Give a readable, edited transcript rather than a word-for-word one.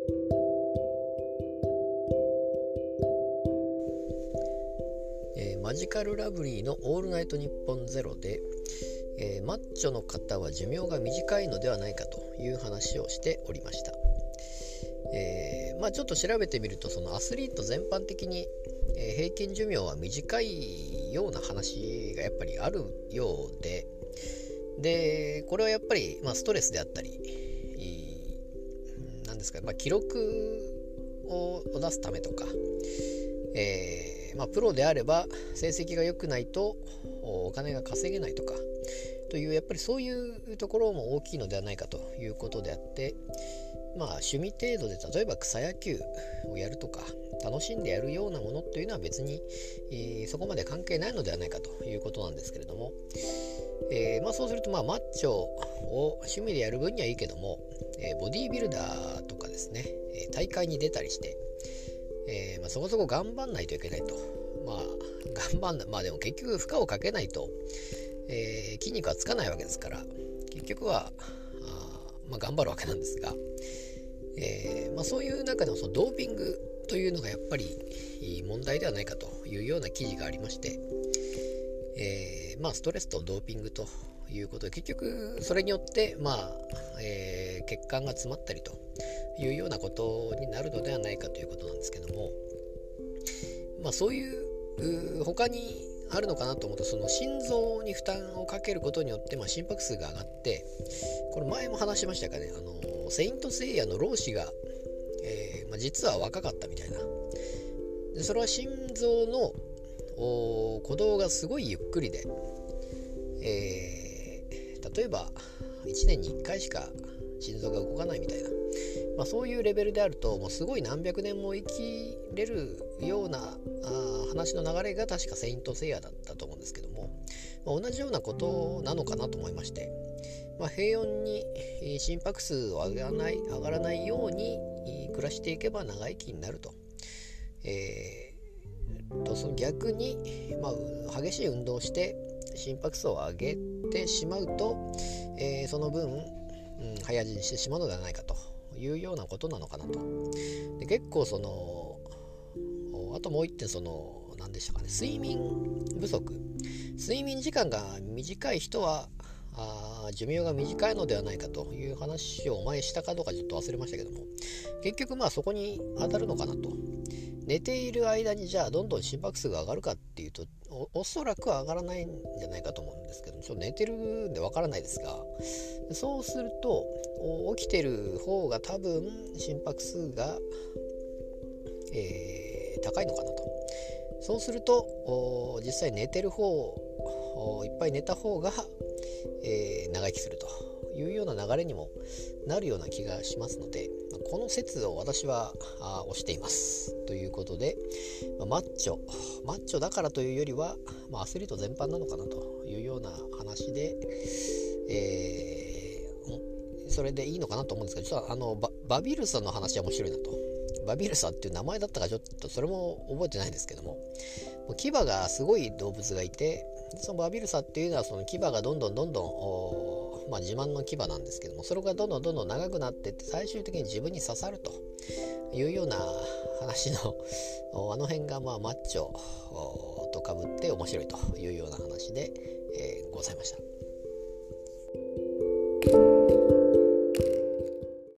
マジカルラブリーのオールナイトニッポンゼロで、マッチョの方は寿命が短いのではないかという話をしておりました。ちょっと調べてみると、そのアスリート全般的に、平均寿命は短いような話がやっぱりあるようで、これはやっぱり、ストレスであったり、なんですか、記録を出すためとか、プロであれば成績が良くないとお金が稼げないとかという、やっぱりそういうところも大きいのではないかということであって、趣味程度で例えば草野球をやるとか楽しんでやるようなものっていうのは別に、そこまで関係ないのではないかということなんですけれども、そうするとマッチョを趣味でやる分にはいいけども、ボディービルダーとかですね、大会に出たりして、そこそこ頑張んないといけないと。でも結局負荷をかけないと、筋肉はつかないわけですから、結局は頑張るわけなんですが、そういう中でもそのドーピングというのがやっぱり問題ではないかというような記事がありまして、ストレスとドーピングということで、結局それによって、血管が詰まったりというようなことになるのではないかということなんですけども、そういう他にあるのかなと思うと、その心臓に負担をかけることによって、心拍数が上がって、これ前も話しましたかね、セイントセイヤの老子が、実は若かったみたいな。でそれは心臓の鼓動がすごいゆっくりで、例えば1年に1回しか心臓が動かないみたいな、そういうレベルであると、もうすごい何百年も生きれるような話の流れが確かセイントセイヤだったと思うんですけども、同じようなことなのかなと思いまして、平穏に心拍数を上がらないように暮らしていけば長生きになると。その逆に、激しい運動をして心拍数を上げてしまうと、その分、早死にしてしまうのではないかというようなことなのかなと。で結構あともう一点、何でしたかね、睡眠不足、睡眠時間が短い人は寿命が短いのではないかという話を前したかどうかちょっと忘れましたけども、結局そこに当たるのかなと。寝ている間にじゃあどんどん心拍数が上がるかっていうと、おそらくは上がらないんじゃないかと思うんですけど、ちょっと寝てるんでわからないですが、そうすると起きてる方が多分心拍数が、高いのかなと。そうすると実際寝てる方、いっぱい寝た方が、長生きするというような流れにもなるような気がしますので、この説を私は推していますということで、マッチョだからというよりは、アスリート全般なのかなというような話で、それでいいのかなと思うんですけど、ちょっとバビルサの話は面白いなと。バビルサっていう名前だったかちょっとそれも覚えてないんですけども、牙がすごい動物がいて、そのバビルサっていうのはその牙がどんどん自慢の牙なんですけども、それがどんどん長くなっていって、最終的に自分に刺さるというような話の辺がマッチョとかぶって面白いというような話で、ございました。